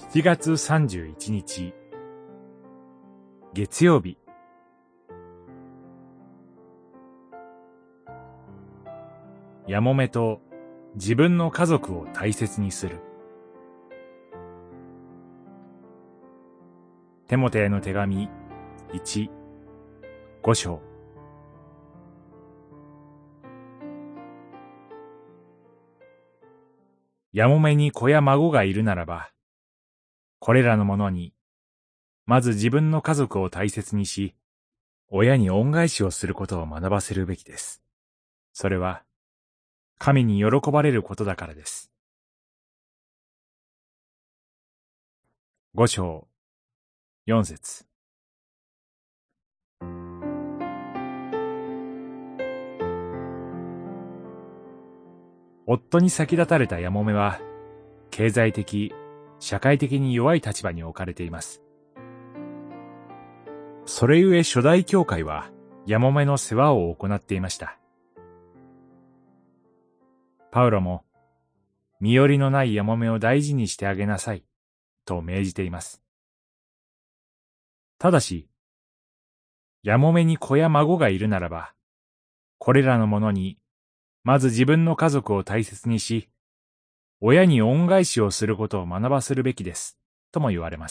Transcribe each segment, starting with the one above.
7月31日月曜日。やもめと自分の家族を大切にする。テモテへの手紙1、5章。やもめに子や孫がいるならば、これらのものに、まず自分の家族を大切にし、親に恩返しをすることを学ばせるべきです。それは、神に喜ばれることだからです。5章、4節。夫に先立たれたやもめは、経済的、社会的に弱い立場に置かれています。それゆえ初代教会は、やもめの世話を行っていました。パウロも、身寄りのないやもめを大事にしてあげなさい、と命じています。ただし、やもめに子や孫がいるならば、これらのものに、まず自分の家族を大切にし、親に恩返しをすることを学ばせるべきです、とも言われます。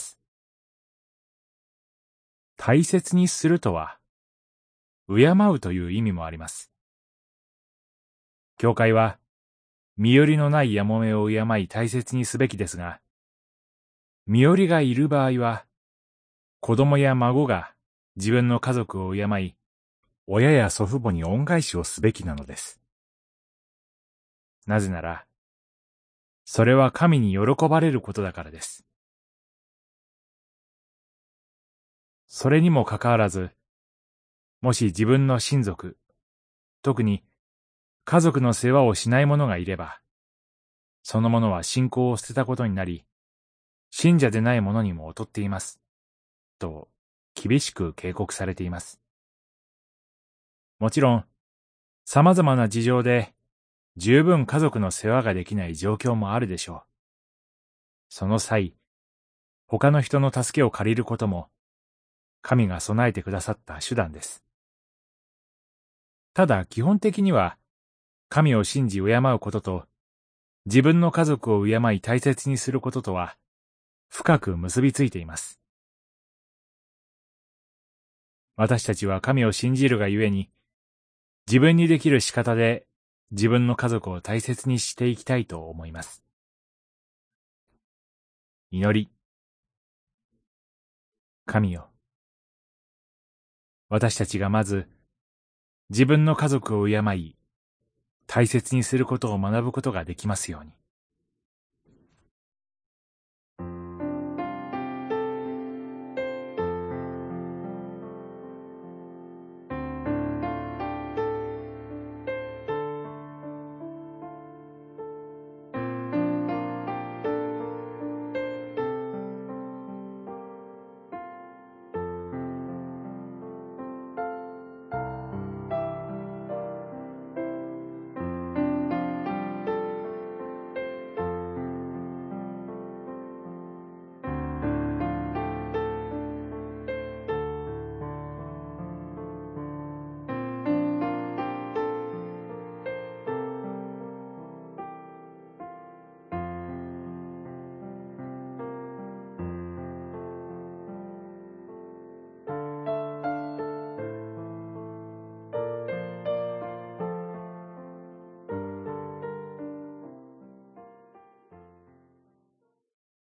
大切にするとは、敬うという意味もあります。教会は、身寄りのないやもめを敬い大切にすべきですが、身寄りがいる場合は、子供や孫が自分の家族を敬い、親や祖父母に恩返しをすべきなのです。なぜなら、それは神に喜ばれることだからです。それにもかかわらず、もし自分の親族、特に家族の世話をしない者がいれば、その者は信仰を捨てたことになり、信者でない者にも劣っています、と厳しく警告されています。もちろん、様々な事情で十分家族の世話ができない状況もあるでしょう。その際、他の人の助けを借りることも、神が備えてくださった手段です。ただ基本的には、神を信じ敬うことと、自分の家族を敬い大切にすることとは、深く結びついています。私たちは神を信じるがゆえに、自分にできる仕方で自分の家族を大切にしていきたいと思います。祈り。神よ。私たちがまず、自分の家族を敬い、大切にすることを学ぶことができますように。